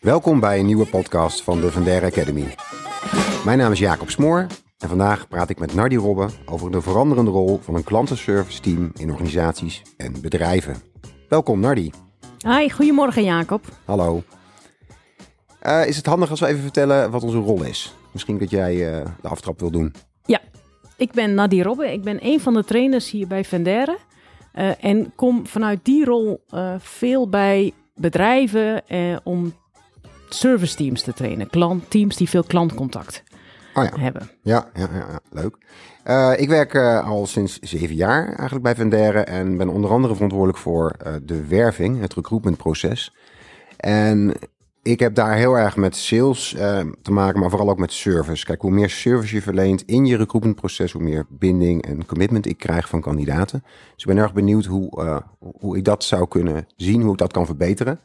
Welkom bij een nieuwe podcast van de Vendere Academy. Mijn naam is Jacob Smoor en vandaag praat ik met Nardi Robbe over de veranderende rol van een klantenservice team in organisaties en bedrijven. Welkom Nardi. Hi, goedemorgen Jacob. Hallo. Is het handig als we even vertellen wat onze rol is? Misschien dat jij de aftrap wil doen. Ja, ik ben Nardi Robbe. Ik ben een van de trainers hier bij Vendere. En kom vanuit die rol veel bij bedrijven om service teams te trainen. Klantteams die veel klantcontact hebben. Ja, leuk. Ik werk al sinds 7 jaar eigenlijk bij Vendere en ben onder andere verantwoordelijk voor de werving, het recruitmentproces. En ik heb daar heel erg met sales te maken, maar vooral ook met service. Kijk, hoe meer service je verleent in je recruitmentproces, hoe meer binding en commitment ik krijg van kandidaten. Dus ik ben erg benieuwd hoe ik dat zou kunnen zien, hoe ik dat kan verbeteren.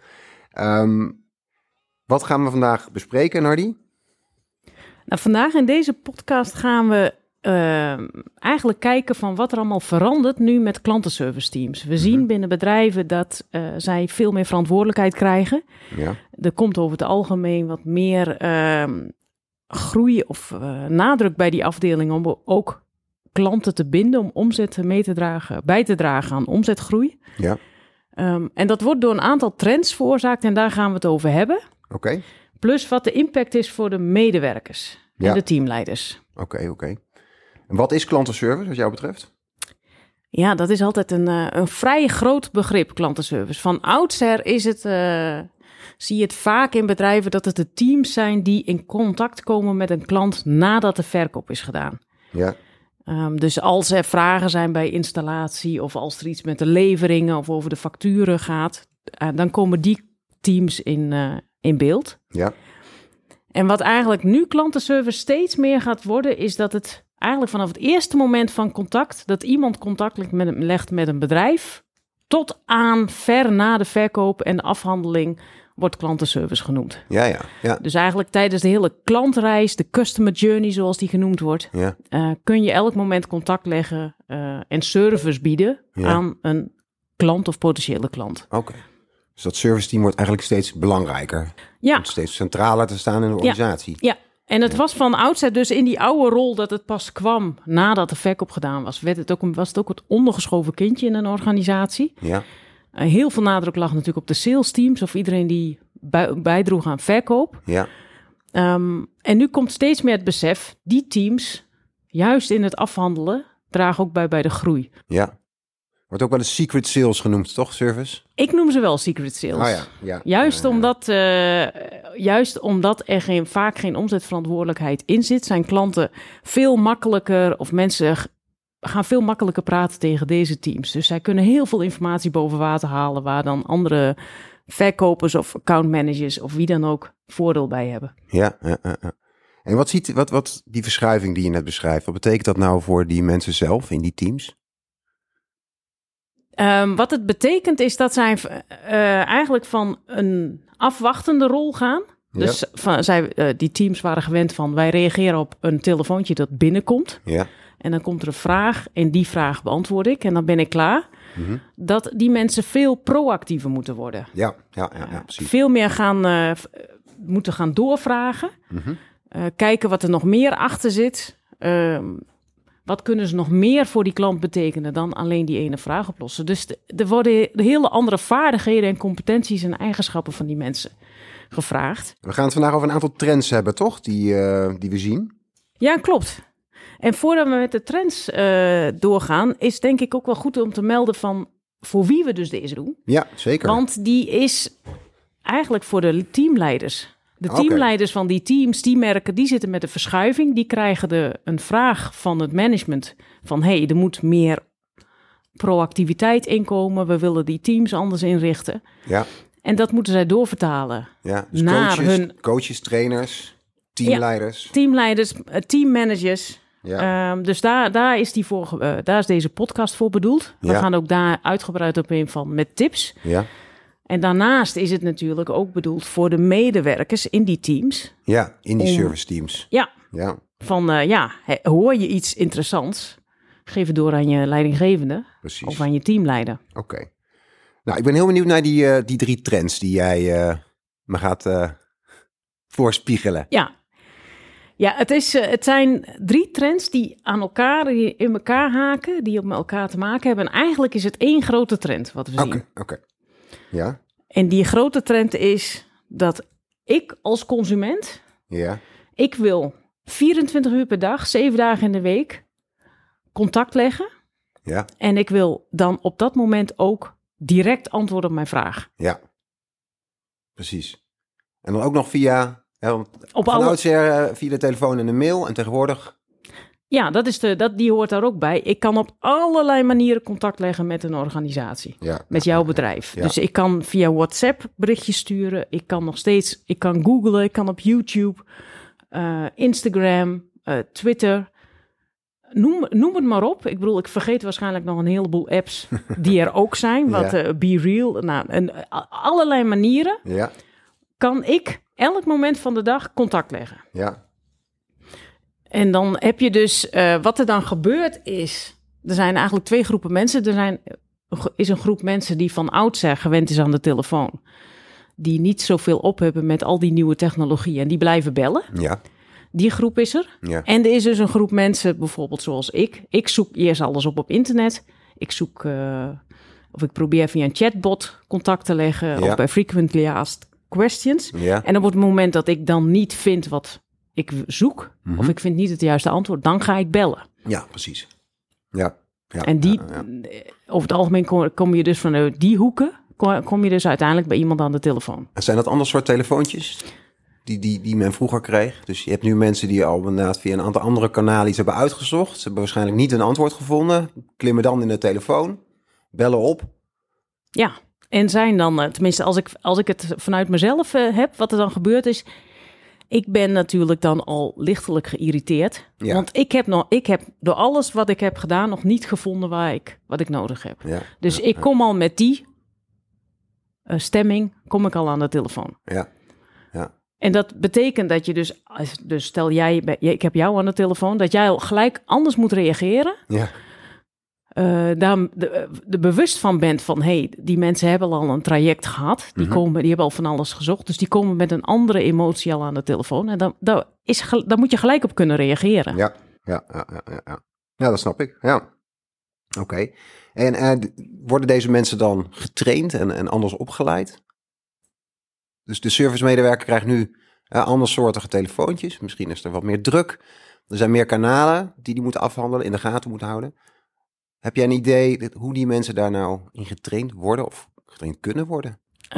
Wat gaan we vandaag bespreken, Nardi? Nou, vandaag in deze podcast gaan we eigenlijk kijken van wat er allemaal verandert nu met klantenservice teams. We zien binnen bedrijven dat zij veel meer verantwoordelijkheid krijgen. Ja. Er komt over het algemeen wat meer groei of nadruk bij die afdeling om ook klanten te binden, om omzet bij te dragen aan omzetgroei. Ja. En dat wordt door een aantal trends veroorzaakt en daar gaan we het over hebben. Oké. Plus wat de impact is voor de medewerkers en de teamleiders. Oké. En wat is klantenservice wat jou betreft? Ja, dat is altijd een vrij groot begrip, klantenservice. Van oudsher is het, zie je het vaak in bedrijven dat het de teams zijn die in contact komen met een klant nadat de verkoop is gedaan. Ja. Dus als er vragen zijn bij installatie of als er iets met de leveringen of over de facturen gaat, dan komen die teams in beeld. Ja. En wat eigenlijk nu klantenservice steeds meer gaat worden, is dat het eigenlijk vanaf het eerste moment van contact, dat iemand contact legt met een bedrijf, tot aan ver na de verkoop en de afhandeling, wordt klantenservice genoemd. Ja. Dus eigenlijk tijdens de hele klantreis, de customer journey zoals die genoemd wordt, kun je elk moment contact leggen en service bieden aan een klant of potentiële klant. Oké. Dus dat service team wordt eigenlijk steeds belangrijker. Ja. Wordt steeds centraler te staan in de organisatie. Ja. En het was van oudsher dus in die oude rol dat het pas kwam nadat de verkoop gedaan was. Was het ook het ondergeschoven kindje in een organisatie. Ja. Heel veel nadruk lag natuurlijk op de sales teams of iedereen die bijdroeg aan verkoop. Ja. En nu komt steeds meer het besef, die teams, juist in het afhandelen, dragen ook bij de groei. Ja. Wordt ook wel eens secret sales genoemd, toch, service? Ik noem ze wel secret sales. Oh ja. Juist omdat er vaak geen omzetverantwoordelijkheid in zit, zijn klanten veel makkelijker of mensen gaan veel makkelijker praten tegen deze teams. Dus zij kunnen heel veel informatie boven water halen waar dan andere verkopers of accountmanagers of wie dan ook voordeel bij hebben. Ja. En wat die verschuiving die je net beschrijft, wat betekent dat nou voor die mensen zelf in die teams? Wat het betekent is dat zij eigenlijk van een afwachtende rol gaan. Dus die teams waren gewend van wij reageren op een telefoontje dat binnenkomt. Ja. En dan komt er een vraag en die vraag beantwoord ik en dan ben ik klaar. Mm-hmm. Dat die mensen veel proactiever moeten worden. Ja, precies. Veel meer moeten gaan doorvragen. Mm-hmm. Kijken wat er nog meer achter zit. Wat kunnen ze nog meer voor die klant betekenen dan alleen die ene vraag oplossen? Dus er worden hele andere vaardigheden en competenties en eigenschappen van die mensen gevraagd. We gaan het vandaag over een aantal trends hebben, toch? Die we zien. Ja, klopt. En voordat we met de trends doorgaan, is denk ik ook wel goed om te melden van voor wie we dus deze doen. Ja, zeker. Want die is eigenlijk voor de teamleiders. De teamleiders van die teams, die merken, die zitten met een verschuiving. Die krijgen een vraag van het management van er moet meer proactiviteit inkomen. We willen die teams anders inrichten. Ja. En dat moeten zij doorvertalen. Ja, dus naar coaches, trainers, teamleiders. Ja, teamleiders, teammanagers. Ja. Dus daar is deze podcast voor bedoeld. We gaan ook daar uitgebreid op in met tips. Ja. En daarnaast is het natuurlijk ook bedoeld voor de medewerkers in die teams. Ja, in die service teams. Ja. Hoor je iets interessants, geef het door aan je leidinggevende. Precies. Of aan je teamleider. Oké. Nou, ik ben heel benieuwd naar die 3 trends die jij me gaat voorspiegelen. Ja, het zijn 3 trends die in elkaar haken, die op elkaar te maken hebben. En eigenlijk is het 1 grote trend wat we zien. Oké. Ja. En die grote trend is dat ik als consument, ik wil 24 uur per dag, 7 dagen in de week contact leggen. Ja. En ik wil dan op dat moment ook direct antwoorden op mijn vraag. Ja, precies. En dan ook nog via... oudsher via de telefoon en de mail en tegenwoordig... Ja, die hoort daar ook bij. Ik kan op allerlei manieren contact leggen met een organisatie. Met jouw bedrijf. Ja. Dus ik kan via WhatsApp berichtjes sturen. Ik kan googlen, ik kan op YouTube, Instagram, Twitter. Noem het maar op. Ik bedoel, ik vergeet waarschijnlijk nog een heleboel apps die er ook zijn. Be Real. Nou, en allerlei manieren kan ik elk moment van de dag contact leggen. Ja. En dan heb je dus, wat er dan gebeurt is, er zijn eigenlijk 2 groepen mensen. Is een groep mensen die van oudsher gewend is aan de telefoon. Die niet zoveel op hebben met al die nieuwe technologieën en die blijven bellen. Ja. Die groep is er. Ja. En er is dus een groep mensen, bijvoorbeeld zoals ik. Ik zoek eerst alles op internet. Ik zoek, of ik probeer via een chatbot contact te leggen. Of bij Frequently Asked Questions. Ja. En op het moment dat ik dan niet vind wat ik zoek, of ik vind niet het juiste antwoord, dan ga ik bellen. Ja, precies. Ja. En over het algemeen kom je dus van die hoeken, kom je dus uiteindelijk bij iemand aan de telefoon. En zijn dat ander soort telefoontjes die men vroeger kreeg? Dus je hebt nu mensen die al inderdaad via een aantal andere kanalen iets hebben uitgezocht. Ze hebben waarschijnlijk niet een antwoord gevonden. Klimmen dan in de telefoon, bellen op. Ja, en zijn dan, tenminste als ik het vanuit mezelf heb, wat er dan gebeurt is, ik ben natuurlijk dan al lichtelijk geïrriteerd. Ja. Want ik heb door alles wat ik heb gedaan nog niet gevonden wat ik nodig heb. Ja. Dus ik kom al met die stemming, kom ik al aan de telefoon. Ja. En dat betekent dat je dus stel ik heb jou aan de telefoon, dat jij al gelijk anders moet reageren. Ja. Daar de bewust van bent van, die mensen hebben al een traject gehad. Die hebben al van alles gezocht. Dus die komen met een andere emotie al aan de telefoon. En daar moet je gelijk op kunnen reageren. Ja, dat snap ik. Ja. Oké. En worden deze mensen dan getraind en anders opgeleid? Dus de servicemedewerker krijgt nu andersoortige telefoontjes. Misschien is er wat meer druk. Er zijn meer kanalen die moeten afhandelen, in de gaten moeten houden. Heb jij een idee hoe die mensen daar nou in getraind worden of getraind kunnen worden?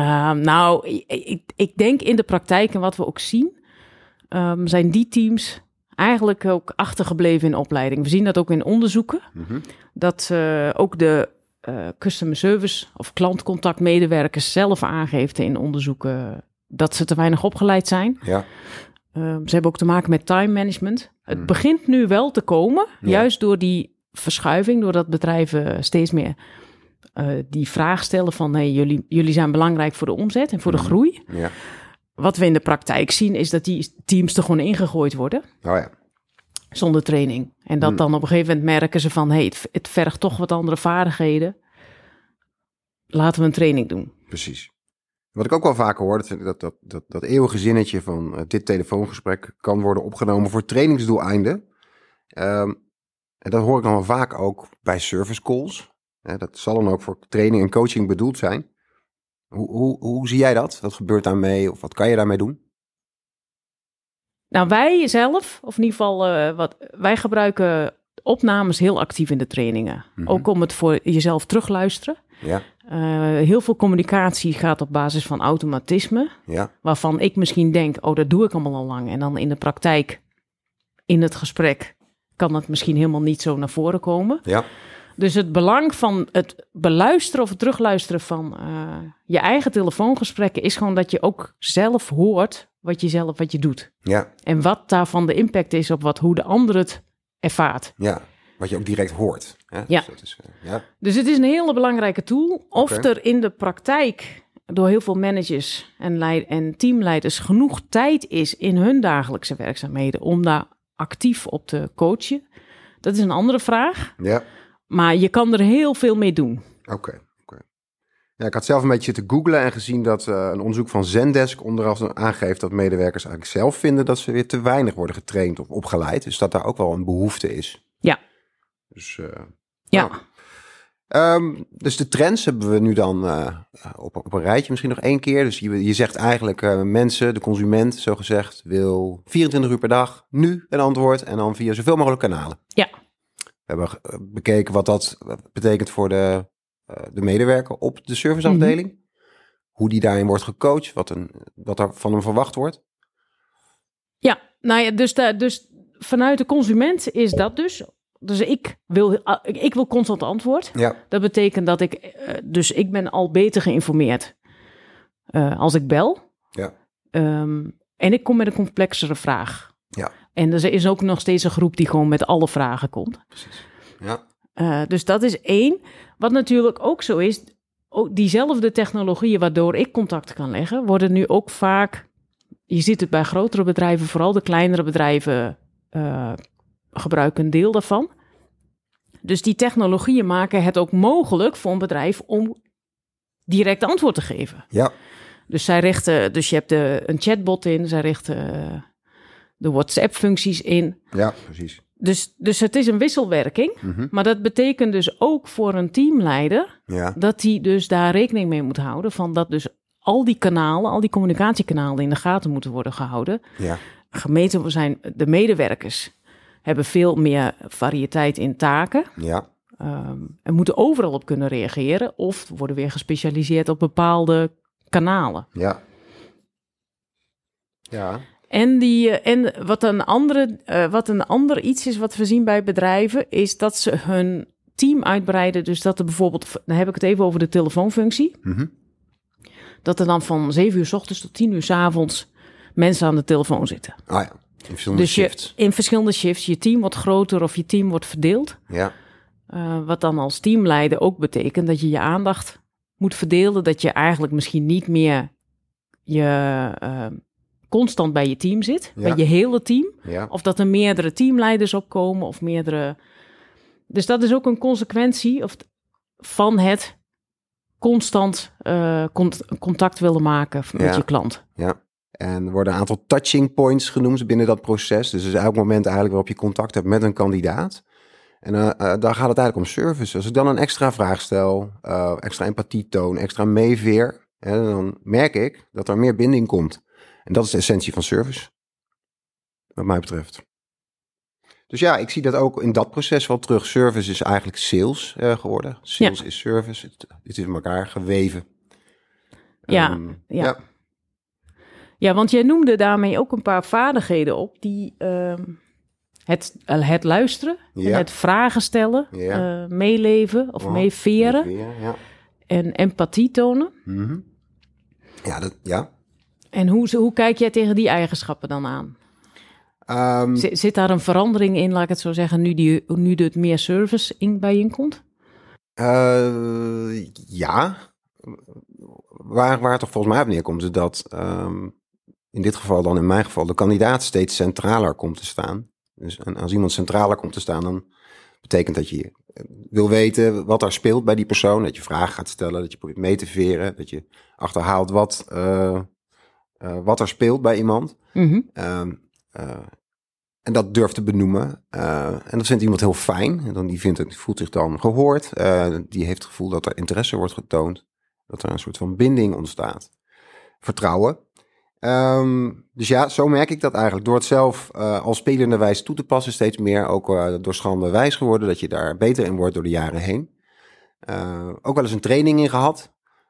Ik denk in de praktijk en wat we ook zien, zijn die teams eigenlijk ook achtergebleven in opleiding. We zien dat ook in onderzoeken. Dat ook de customer service of klantcontactmedewerkers zelf aangeven in onderzoeken dat ze te weinig opgeleid zijn. Ja. Ze hebben ook te maken met time management. Het begint nu wel te komen, juist door die verschuiving, doordat bedrijven steeds meer die vraag stellen van jullie zijn belangrijk voor de omzet en voor de groei. Ja. Wat we in de praktijk zien is dat die teams er gewoon ingegooid worden. Zonder training. En dat dan op een gegeven moment merken ze van het vergt toch wat andere vaardigheden. Laten we een training doen. Precies. Wat ik ook wel vaker hoor, dat eeuwige zinnetje van dit telefoongesprek kan worden opgenomen voor trainingsdoeleinden. En dat hoor ik dan wel vaak ook bij service calls. Dat zal dan ook voor training en coaching bedoeld zijn. Hoe zie jij dat? Wat gebeurt daarmee of wat kan je daarmee doen? Nou, wij zelf, of in ieder geval wij gebruiken opnames heel actief in de trainingen. Ook om het voor jezelf terugluisteren. Ja. Heel veel communicatie gaat op basis van automatisme. Ja. Waarvan ik misschien denk, dat doe ik allemaal al lang. En dan in de praktijk, in het gesprek, kan dat misschien helemaal niet zo naar voren komen. Ja. Dus het belang van het beluisteren of het terugluisteren van je eigen telefoongesprekken is gewoon dat je ook zelf hoort wat je doet. Ja. En wat daarvan de impact is op hoe de ander het ervaart. Ja, wat je ook direct hoort. Hè? Ja. Dus, dat is, dus het is een hele belangrijke tool. Of er in de praktijk door heel veel managers en teamleiders genoeg tijd is in hun dagelijkse werkzaamheden om daar actief op te coachen. Dat is een andere vraag. Ja. Maar je kan er heel veel mee doen. Oké. Ja, ik had zelf een beetje zitten googlen en gezien dat een onderzoek van Zendesk onder andere aangeeft dat medewerkers eigenlijk zelf vinden dat ze weer te weinig worden getraind of opgeleid. Dus dat daar ook wel een behoefte is. Ja. Dus, ja. Dus de trends hebben we nu dan op een rijtje misschien nog 1 keer. Dus je zegt eigenlijk mensen, de consument zogezegd, wil 24 uur per dag nu een antwoord en dan via zoveel mogelijk kanalen. Ja. We hebben bekeken wat dat betekent voor de medewerker op de serviceafdeling. Mm-hmm. Hoe die daarin wordt gecoacht, wat er van hem verwacht wordt. Ja, nou ja, dus vanuit de consument is dat dus. Dus ik wil constant antwoord. Ja. Dat betekent dat ik ben al beter geïnformeerd als ik bel. Ja. En ik kom met een complexere vraag. Ja. En er is ook nog steeds een groep die gewoon met alle vragen komt. Precies. Ja. Dus dat is 1. Wat natuurlijk ook zo is, ook diezelfde technologieën waardoor ik contact kan leggen, worden nu ook vaak, je ziet het bij grotere bedrijven, vooral de kleinere bedrijven gebruiken een deel daarvan. Dus die technologieën maken het ook mogelijk voor een bedrijf om direct antwoord te geven. Ja. Dus je hebt een chatbot in, zij richten de WhatsApp-functies in. Ja, precies. Dus het is een wisselwerking. Mm-hmm. Maar dat betekent dus ook voor een teamleider dat hij dus daar rekening mee moet houden. Van dat dus al die kanalen, al die communicatiekanalen in de gaten moeten worden gehouden. Ja. Gemeten zijn de medewerkers hebben veel meer variëteit in taken. Ja. En moeten overal op kunnen reageren. Of worden weer gespecialiseerd op bepaalde kanalen. Ja. Ja. En wat een ander iets is wat we zien bij bedrijven, is dat ze hun team uitbreiden. Dus dat er bijvoorbeeld, dan heb ik het even over de telefoonfunctie. Mm-hmm. Dat er dan van 7 uur 's ochtends tot 10 uur 's avonds mensen aan de telefoon zitten. Ah ja, in verschillende shifts. In verschillende shifts. Je team wordt groter of je team wordt verdeeld. Ja. Wat dan als teamleider ook betekent dat je je aandacht moet verdelen. Dat je eigenlijk misschien niet meer constant bij je team zit, bij je hele team. Ja. Of dat er meerdere teamleiders opkomen of meerdere. Dus dat is ook een consequentie van het constant contact willen maken met je klant. Ja. En er worden een aantal touching points genoemd binnen dat proces. Dus elk moment eigenlijk waarop je contact hebt met een kandidaat. En daar gaat het eigenlijk om service. Als ik dan een extra vraag stel, extra empathie toon, extra meeveer, dan merk ik dat er meer binding komt. En dat is de essentie van service, wat mij betreft. Dus ja, ik zie dat ook in dat proces wel terug. Service is eigenlijk sales geworden. Sales is service. Het is in elkaar geweven. Ja, want jij noemde daarmee ook een paar vaardigheden op die het luisteren, het vragen stellen, meeleven of meeveren en empathie tonen. Mm-hmm. Ja. En hoe kijk jij tegen die eigenschappen dan aan? Zit daar een verandering in, laat ik het zo zeggen, nu er meer service bij inkomt? Ja. Waar het toch volgens mij op neerkomt, is dat in dit geval dan in mijn geval de kandidaat steeds centraler komt te staan. Dus als iemand centraler komt te staan, dan betekent dat je wil weten wat er speelt bij die persoon. Dat je vragen gaat stellen, dat je probeert mee te veren, dat je achterhaalt wat er speelt bij iemand. Mm-hmm. En dat durft te benoemen. En dat vindt iemand heel fijn. En die voelt zich dan gehoord. Die heeft het gevoel dat er interesse wordt getoond. Dat er een soort van binding ontstaat. Vertrouwen. Dus ja, zo merk ik dat eigenlijk. Door het zelf als spelende wijze toe te passen, steeds meer ook door schande wijs geworden, dat je daar beter in wordt door de jaren heen. Ook wel eens een training in gehad.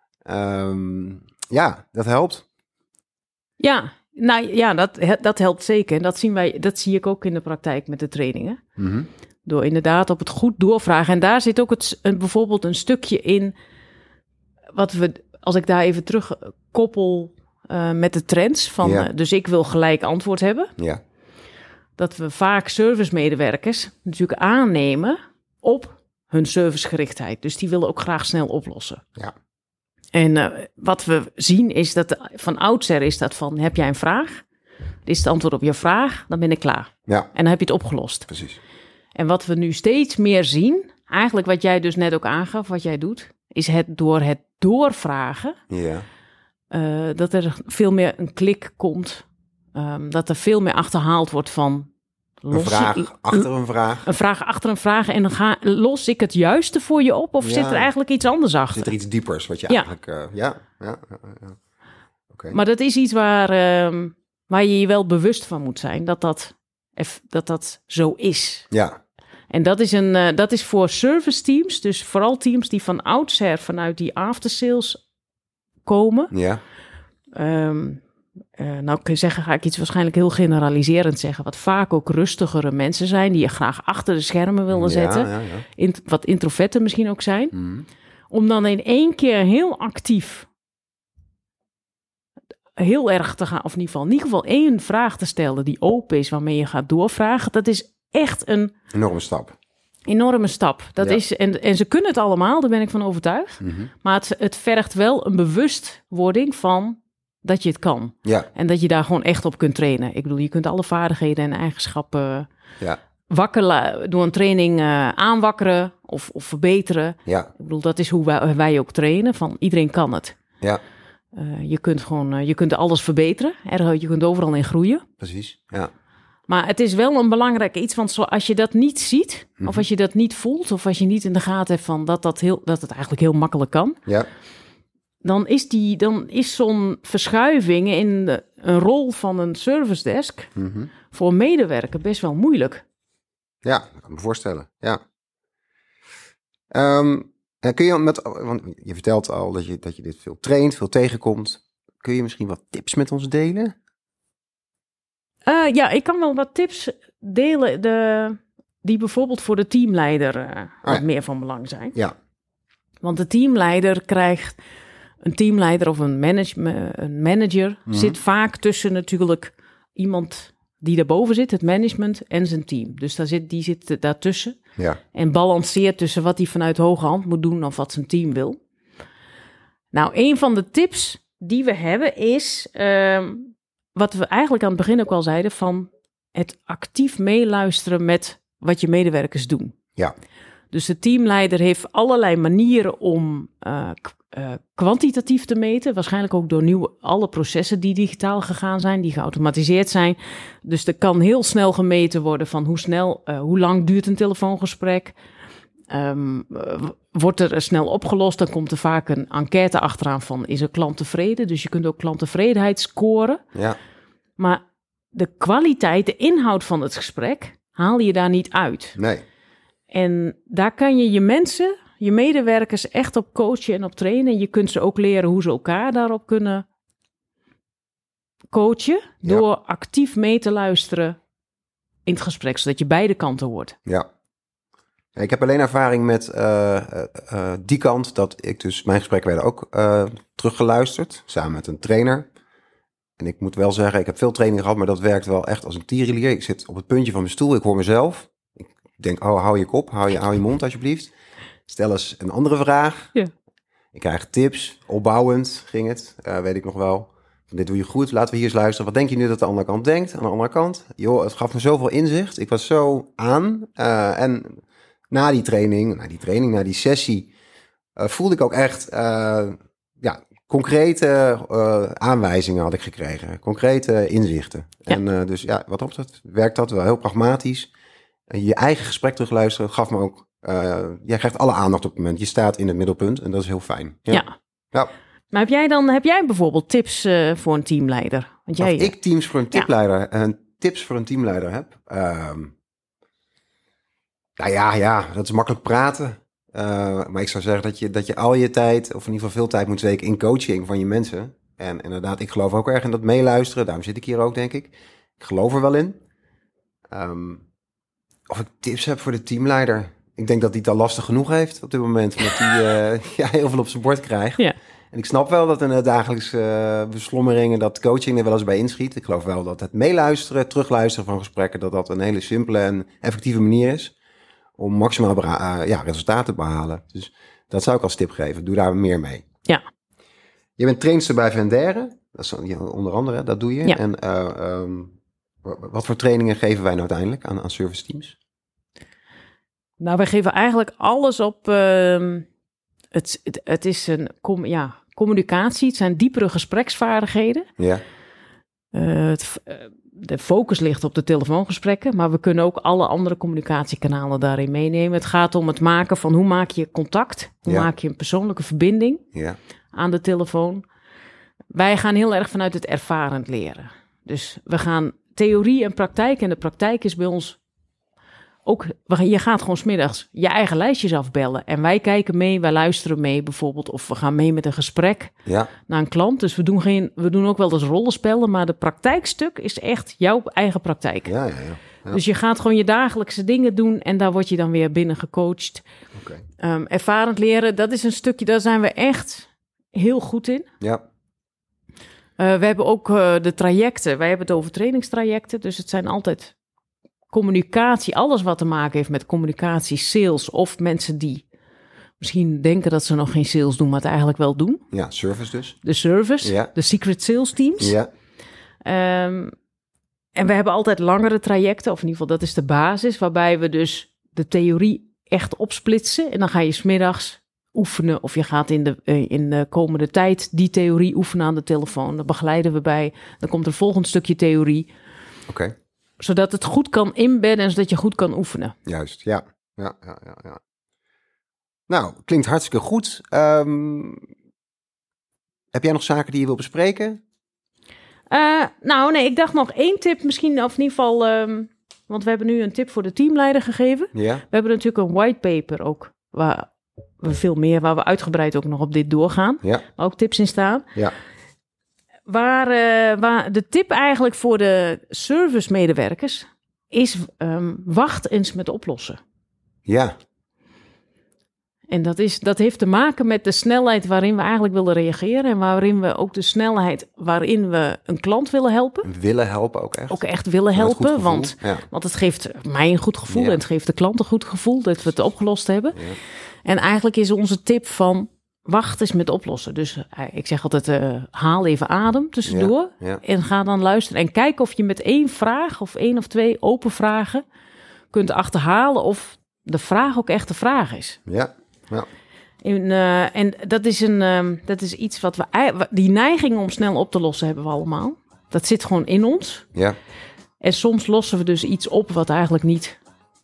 Ja, dat helpt. Ja, nou ja, dat helpt zeker. En dat zie ik ook in de praktijk met de trainingen. Mm-hmm. Door inderdaad op het goed doorvragen. En daar zit ook bijvoorbeeld een stukje in, als ik daar even terug koppel met de trends van, dus ik wil gelijk antwoord hebben. Ja. Dat we vaak servicemedewerkers natuurlijk aannemen op hun servicegerichtheid. Dus die willen ook graag snel oplossen. Ja. En wat we zien is dat van oudsher is dat van, heb jij een vraag? Dit is het antwoord op je vraag, dan ben ik klaar. Ja. En dan heb je het opgelost. Precies. En wat we nu steeds meer zien, eigenlijk wat jij dus net ook aangaf, wat jij doet, is door het doorvragen... dat er veel meer een klik komt. Dat er veel meer achterhaald wordt van... Een vraag achter een vraag. Een vraag achter een vraag. En dan los ik het juiste voor je op? Of zit er eigenlijk iets anders achter? Zit er iets diepers wat je eigenlijk... Okay. Maar dat is iets waar je je wel bewust van moet zijn. Dat zo is. Ja. En dat is voor service teams. Dus vooral teams die van oudsher vanuit die aftersales komen. Ja. Nou kun je zeggen, ga ik iets waarschijnlijk heel generaliserend zeggen. Wat vaak ook rustigere mensen zijn. Die je graag achter de schermen willen zetten. Ja. Wat introverten misschien ook zijn. Om dan in één keer heel actief... heel erg te gaan, of in ieder geval één vraag te stellen die open is, waarmee je gaat doorvragen. Dat is echt een... Enorme stap. Dat is, en ze kunnen het allemaal, daar ben ik van overtuigd. Maar het vergt wel een bewustwording van dat je het kan. Ja. En dat je daar gewoon echt op kunt trainen. Ik bedoel, je kunt alle vaardigheden en eigenschappen door een training aanwakkeren of verbeteren. Ja. Ik bedoel, dat is hoe wij ook trainen. Van iedereen kan het. Ja. Je kunt alles verbeteren. Je kunt overal in groeien. Precies, ja. Maar het is wel een belangrijk iets, want als je dat niet ziet, of als je dat niet voelt, of als je niet in de gaten hebt van dat het eigenlijk heel makkelijk kan, dan is zo'n verschuiving in een rol van een service desk voor een medewerker best wel moeilijk. Ja, ik kan me voorstellen, ja. Kun je want je vertelt al dat je dit veel traint, veel tegenkomt. Kun je misschien wat tips met ons delen? Ik kan wel wat tips delen die bijvoorbeeld voor de teamleider wat meer van belang zijn. Ja. Want de teamleider krijgt... Een teamleider of een manager zit vaak tussen natuurlijk iemand die daarboven zit, het management en zijn team. Dus die zit daartussen en balanceert tussen wat hij vanuit hoge hand moet doen of wat zijn team wil. Nou, een van de tips die we hebben is, wat we eigenlijk aan het begin ook al zeiden, van het actief meeluisteren met wat je medewerkers doen. Ja. Dus de teamleider heeft allerlei manieren om kwantitatief te meten. Waarschijnlijk ook door alle processen die digitaal gegaan zijn, die geautomatiseerd zijn. Dus er kan heel snel gemeten worden van hoe lang duurt een telefoongesprek. Wordt er snel opgelost, dan komt er vaak een enquête achteraan van, is een klant tevreden? Dus je kunt ook klanttevredenheid scoren. Ja. Maar de kwaliteit, de inhoud van het gesprek, haal je daar niet uit. Nee. En daar kan je mensen, je medewerkers echt op coachen en op trainen. Je kunt ze ook leren hoe ze elkaar daarop kunnen coachen. Door actief mee te luisteren in het gesprek, zodat je beide kanten hoort. Ja. Ik heb alleen ervaring met die kant dat mijn gesprekken werden ook teruggeluisterd, samen met een trainer. En ik moet wel zeggen, ik heb veel training gehad, maar dat werkt wel echt als een tierenlier. Ik zit op het puntje van mijn stoel, ik hoor mezelf. Ik denk, hou je kop, hou je mond alsjeblieft. Stel eens een andere vraag. Ja. Ik krijg tips, opbouwend ging het, weet ik nog wel. Dit doe je goed, laten we hier eens luisteren. Wat denk je nu dat de andere kant denkt? Aan de andere kant, joh, het gaf me zoveel inzicht. Ik was zo aan. En na die sessie, voelde ik ook echt, concrete aanwijzingen had ik gekregen. Concrete inzichten. Ja. En dus ja, wat op dat werkt dat wel heel pragmatisch. Je eigen gesprek terugluisteren gaf me ook, jij krijgt alle aandacht op het moment. Je staat in het middelpunt en dat is heel fijn. Ja. Maar heb jij bijvoorbeeld tips voor een teamleider? Want ik tips voor een teamleider heb? Dat is makkelijk praten. Maar ik zou zeggen dat je al je tijd, of in ieder geval veel tijd moet steken in coaching van je mensen. En inderdaad, ik geloof ook erg in dat meeluisteren. Daarom zit ik hier ook, denk ik. Ik geloof er wel in. Of ik tips heb voor de teamleider. Ik denk dat hij het al lastig genoeg heeft op dit moment. Omdat hij heel veel op zijn bord krijgt. Ja. En ik snap wel dat in de dagelijkse beslommeringen dat coaching er wel eens bij inschiet. Ik geloof wel dat het meeluisteren, terugluisteren van gesprekken, dat een hele simpele en effectieve manier is om maximaal resultaten te behalen. Dus dat zou ik als tip geven. Doe daar meer mee. Ja. Je bent trainster bij Vendere. Dat is onder andere, dat doe je. Ja. En wat voor trainingen geven wij nou uiteindelijk aan service teams? Nou, wij geven eigenlijk alles op het is een communicatie. Het zijn diepere gespreksvaardigheden. Ja. De focus ligt op de telefoongesprekken, maar we kunnen ook alle andere communicatiekanalen daarin meenemen. Het gaat om het maken van hoe maak je contact, hoe maak je een persoonlijke verbinding aan de telefoon. Wij gaan heel erg vanuit het ervarend leren. Dus we gaan theorie en praktijk, en de praktijk is bij ons ook, je gaat gewoon 's middags je eigen lijstjes afbellen. En wij kijken mee, wij luisteren mee bijvoorbeeld. Of we gaan mee met een gesprek naar een klant. Dus we doen ook wel eens rollenspellen. Maar de praktijkstuk is echt jouw eigen praktijk. Ja. Dus je gaat gewoon je dagelijkse dingen doen. En daar word je dan weer binnen gecoacht. Okay. Ervarend leren, dat is een stukje, daar zijn we echt heel goed in. Ja. We hebben ook de trajecten. Wij hebben het over trainingstrajecten. Dus het zijn altijd communicatie, alles wat te maken heeft met communicatie, sales of mensen die misschien denken dat ze nog geen sales doen, maar het eigenlijk wel doen. Ja, service dus. De service, de secret sales teams. Ja. En we hebben altijd langere trajecten, of in ieder geval dat is de basis, waarbij we dus de theorie echt opsplitsen. En dan ga je 's middags oefenen of je gaat in de komende tijd die theorie oefenen aan de telefoon. Daar begeleiden we bij. Dan komt er volgend stukje theorie. Oké. Zodat het goed kan inbedden en zodat je goed kan oefenen. Juist, ja. Nou, klinkt hartstikke goed. Heb jij nog zaken die je wil bespreken? Nee, ik dacht nog 1 tip misschien, of in ieder geval, want we hebben nu een tip voor de teamleider gegeven. Ja. We hebben natuurlijk een whitepaper ook, waar we uitgebreid ook nog op dit doorgaan. Ja. Waar ook tips in staan. Ja. Waar de tip eigenlijk voor de servicemedewerkers is, wacht eens met oplossen. Ja. En dat heeft te maken met de snelheid waarin we eigenlijk willen reageren. En waarin we ook de snelheid waarin we een klant willen helpen. Willen helpen ook echt. Ook echt willen helpen, want het geeft mij een goed gevoel. Ja. En het geeft de klant een goed gevoel dat we het opgelost hebben. Ja. En eigenlijk is onze tip van, wacht eens met oplossen. Dus ik zeg altijd, haal even adem tussendoor. Ja. En ga dan luisteren. En kijk of je met 1 vraag of 1 of 2 open vragen kunt achterhalen of de vraag ook echt de vraag is. Ja. En dat is iets wat die neiging om snel op te lossen hebben we allemaal. Dat zit gewoon in ons. Ja. En soms lossen we dus iets op wat eigenlijk niet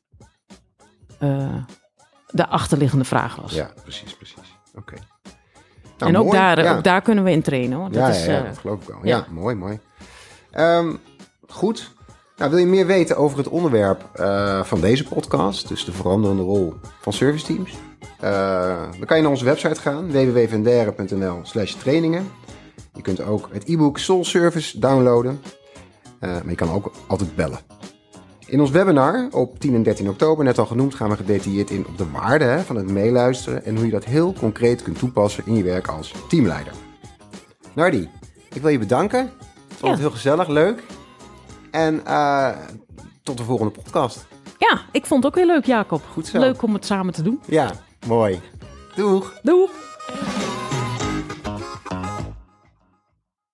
de achterliggende vraag was. Ja, precies. Oké. Nou, en ook daar kunnen we in trainen, hoor. Dat geloof ik wel. Ja, mooi. Goed. Nou, wil je meer weten over het onderwerp van deze podcast, dus de veranderende rol van service teams? Dan kan je naar onze website gaan, www.vendere.nl/trainingen. Je kunt ook het e-book Soul Service downloaden, maar je kan ook altijd bellen. In ons webinar op 10 en 13 oktober, net al genoemd, gaan we gedetailleerd in op de waarde van het meeluisteren en hoe je dat heel concreet kunt toepassen in je werk als teamleider. Nardi, ik wil je bedanken. Het was heel gezellig, leuk. En tot de volgende podcast. Ja, ik vond het ook weer leuk, Jacob. Goed zo. Leuk om het samen te doen. Ja, mooi. Doeg. Doeg.